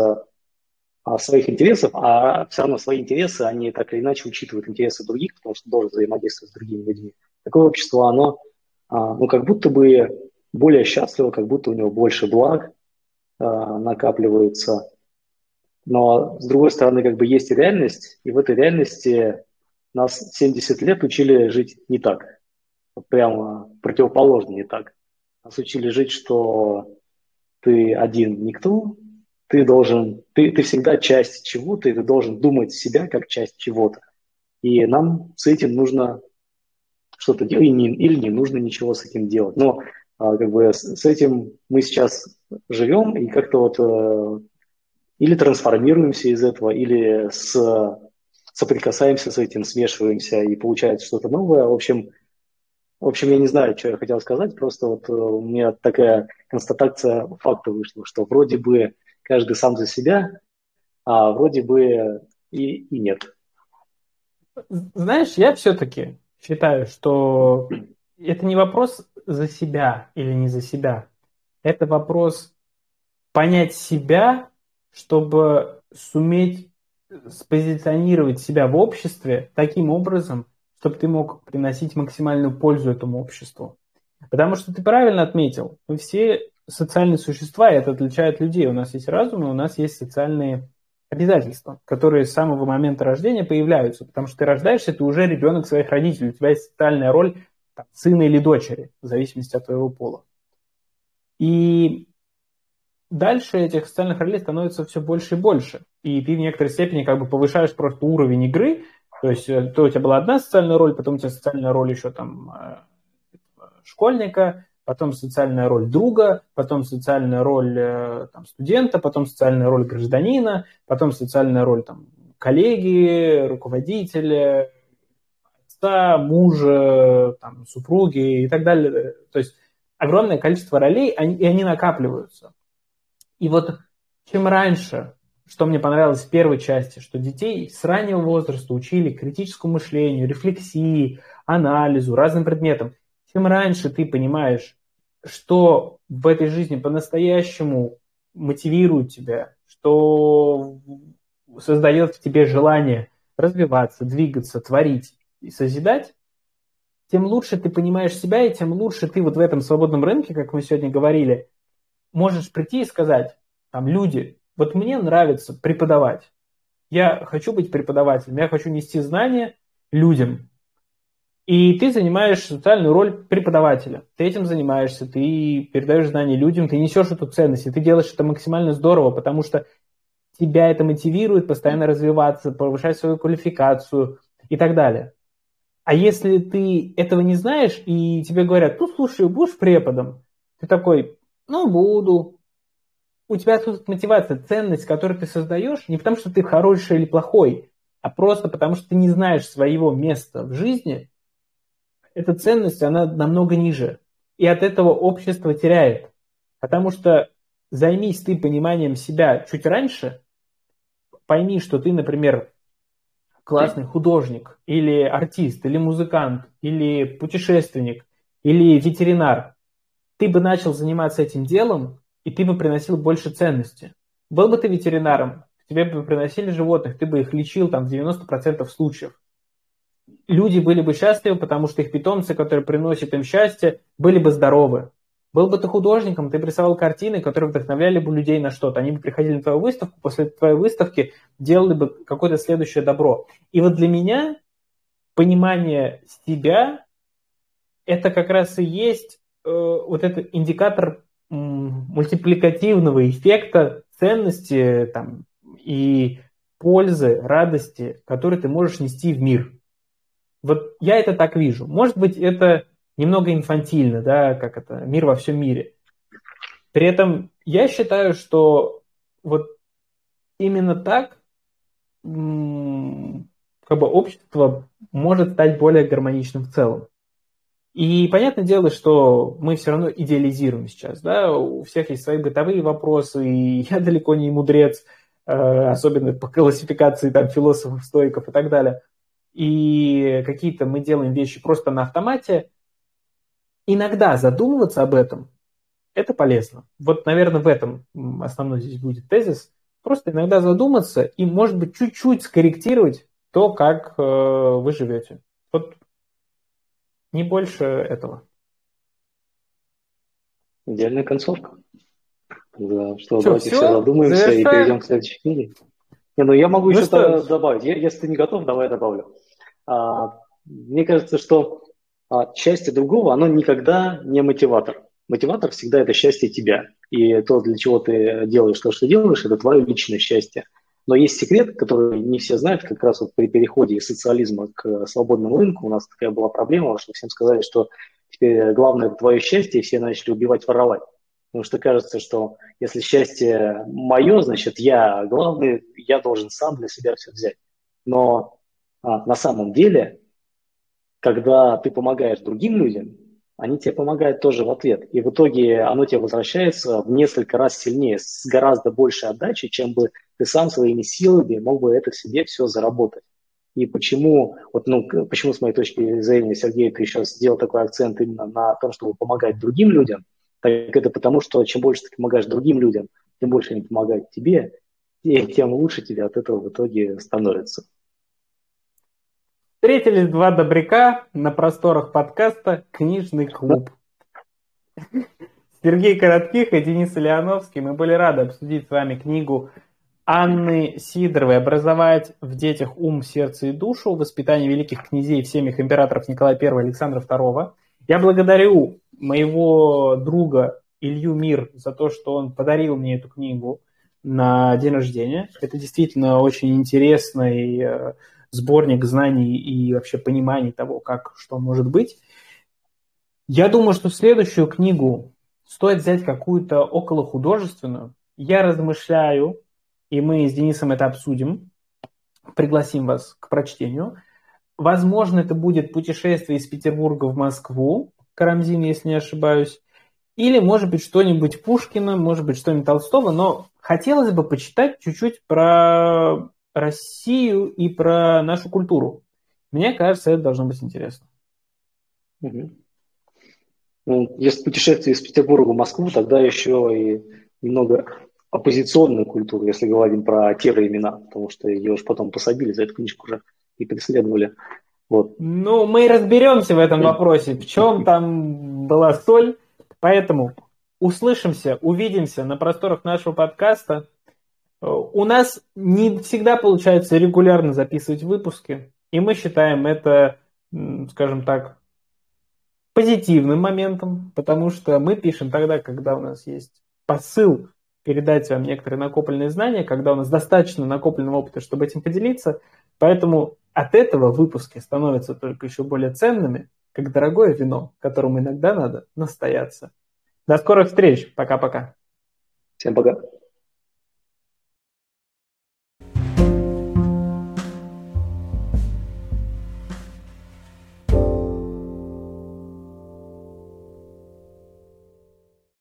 Speaker 2: своих интересов, а все равно свои интересы, они так или иначе учитывают интересы других, потому что должен взаимодействовать с другими людьми. Такое общество, оно, ну, как будто бы более счастливо, как будто у него больше благ накапливается. Но, с другой стороны, как бы есть и реальность, и в этой реальности нас 70 лет учили жить не так. Вот прямо противоположно не так. Нас учили жить, что ты один никто, ты всегда часть чего-то, и ты должен думать себя как часть чего-то. И нам с этим нужно что-то делать, или не нужно ничего с этим делать. Но как бы с этим мы сейчас живем, и как-то вот или трансформируемся из этого, или соприкасаемся с этим, смешиваемся, и получается что-то новое. В общем, я не знаю, что я хотел сказать, просто вот у меня такая констатация факта вышла, что вроде бы каждый сам за себя, а вроде бы и нет.
Speaker 1: Знаешь, я все-таки считаю, что это не вопрос за себя или не за себя. Это вопрос понять себя, чтобы суметь спозиционировать себя в обществе таким образом, чтобы ты мог приносить максимальную пользу этому обществу. Потому что ты правильно отметил, мы все социальные существа, и это отличает людей. У нас есть разум, и у нас есть социальные обязательства, которые с самого момента рождения появляются. Потому что ты рождаешься, ты уже ребенок своих родителей, у тебя есть социальная роль там, сына или дочери, в зависимости от твоего пола. И дальше этих социальных ролей становится все больше и больше. И ты в некоторой степени как бы повышаешь просто уровень игры. То есть то у тебя была одна социальная роль, потом у тебя социальная роль еще там школьника, потом социальная роль друга, потом социальная роль там, студента, потом социальная роль гражданина, потом социальная роль там, коллеги, руководителя, отца, мужа, там, супруги и так далее. То есть огромное количество ролей, и они накапливаются. И вот чем раньше, что мне понравилось в первой части, что детей с раннего возраста учили критическому мышлению, рефлексии, анализу, разным предметам, чем раньше ты понимаешь, что в этой жизни по-настоящему мотивирует тебя, что создает в тебе желание развиваться, двигаться, творить и созидать, тем лучше ты понимаешь себя, и тем лучше ты вот в этом свободном рынке, как мы сегодня говорили, можешь прийти и сказать, там, люди, вот мне нравится преподавать, я хочу быть преподавателем, я хочу нести знания людям, и ты занимаешь социальную роль преподавателя. Ты этим занимаешься, ты передаешь знания людям, ты несешь эту ценность, и ты делаешь это максимально здорово, потому что тебя это мотивирует постоянно развиваться, повышать свою квалификацию и так далее. А если ты этого не знаешь, и тебе говорят, ну, слушай, будешь преподом? Ты такой, ну, буду. У тебя тут мотивация, ценность, которую ты создаешь, не потому что ты хороший или плохой, а просто потому что ты не знаешь своего места в жизни, эта ценность, она намного ниже. И от этого общество теряет. Потому что займись ты пониманием себя чуть раньше, пойми, что ты, например, классный художник, или артист, или музыкант, или путешественник, или ветеринар. Ты бы начал заниматься этим делом, и ты бы приносил больше ценности. Был бы ты ветеринаром, тебе бы приносили животных, ты бы их лечил там в 90% случаев. Люди были бы счастливы, потому что их питомцы, которые приносят им счастье, были бы здоровы. Был бы ты художником, ты рисовал картины, которые вдохновляли бы людей на что-то. Они бы приходили на твою выставку, после твоей выставки делали бы какое-то следующее добро. И вот для меня понимание себя, это как раз и есть вот этот индикатор мультипликативного эффекта ценности там, и пользы, радости, которые ты можешь нести в мир. Вот я это так вижу. Может быть, это немного инфантильно, да, как это, мир во всем мире. При этом я считаю, что вот именно так как бы общество может стать более гармоничным в целом. И понятное дело, что мы все равно идеализируем сейчас, да, у всех есть свои бытовые вопросы, и я далеко не мудрец, особенно по классификации там, философов, стоиков и так далее. И какие-то мы делаем вещи просто на автомате. Иногда задумываться об этом, это полезно. Вот, наверное, в этом основной здесь будет тезис. Просто иногда задуматься и, может быть, чуть-чуть скорректировать то, как вы живете. Вот не больше этого.
Speaker 2: Идеальная концовка. Да, что,
Speaker 1: Что,
Speaker 2: давайте все
Speaker 1: все?
Speaker 2: задумаемся и перейдем
Speaker 1: Завершаем?
Speaker 2: к следующей книге. Не, ну я могу
Speaker 1: Ну что,
Speaker 2: еще-то добавить. Если ты не готов, давай я добавлю. Мне кажется, что счастье другого, оно никогда не мотиватор. Мотиватор всегда это счастье тебя. И то, для чего ты делаешь то, что делаешь, это твое личное счастье. Но есть секрет, который не все знают, как раз вот при переходе из социализма к свободному рынку у нас такая была проблема, что всем сказали, что теперь главное это твое счастье, и все начали убивать, воровать. Потому что кажется, что если счастье мое, значит я главный, я должен сам для себя все взять. Но на самом деле, когда ты помогаешь другим людям, они тебе помогают тоже в ответ. И в итоге оно тебе возвращается в несколько раз сильнее, с гораздо большей отдачей, чем бы ты сам своими силами мог бы это себе все заработать. И почему, вот, ну, почему с моей точки зрения, Сергей, ты еще сделал такой акцент именно на том, чтобы помогать другим людям, так это потому, что чем больше ты помогаешь другим людям, тем больше они помогают тебе, и тем лучше тебе от этого в итоге становится.
Speaker 1: встретились два добряка на просторах подкаста «Книжный клуб». Сергей Коротких и Денис Леоновский. Мы были рады обсудить с вами книгу Анны Сидоровой «Образовать в детях ум, сердце и душу. Воспитание великих князей в семьях императоров Николая I и Александра II». Я благодарю моего друга Илью Мир за то, что он подарил мне эту книгу на день рождения. Это действительно очень интересный сборник знаний и вообще пониманий того, как что может быть. Я думаю, что следующую книгу стоит взять какую-то околохудожественную. Я размышляю, и мы с Денисом это обсудим, пригласим вас к прочтению. Возможно, это будет путешествие из Петербурга в Москву, Карамзин, если не ошибаюсь. Или, может быть, что-нибудь Пушкина, может быть, что-нибудь Толстого. Но хотелось бы почитать чуть-чуть про Россию и про нашу культуру. Мне кажется, это должно быть интересно.
Speaker 2: Угу. Ну, если путешествие из Петербурга в Москву, тогда еще и немного оппозиционную культуру, если говорим про имена, потому что ее уж потом посадили за эту книжку уже и преследовали. Вот.
Speaker 1: Ну, мы разберемся в этом вопросе, в чем там была соль. Поэтому услышимся, увидимся на просторах нашего подкаста. У нас не всегда получается регулярно записывать выпуски, и мы считаем это, скажем так, позитивным моментом, потому что мы пишем тогда, когда у нас есть посыл передать вам некоторые накопленные знания, когда у нас достаточно накопленного опыта, чтобы этим поделиться. Поэтому от этого выпуски становятся только еще более ценными, как дорогое вино, которому иногда надо настояться. До скорых встреч. Пока-пока.
Speaker 2: Всем пока.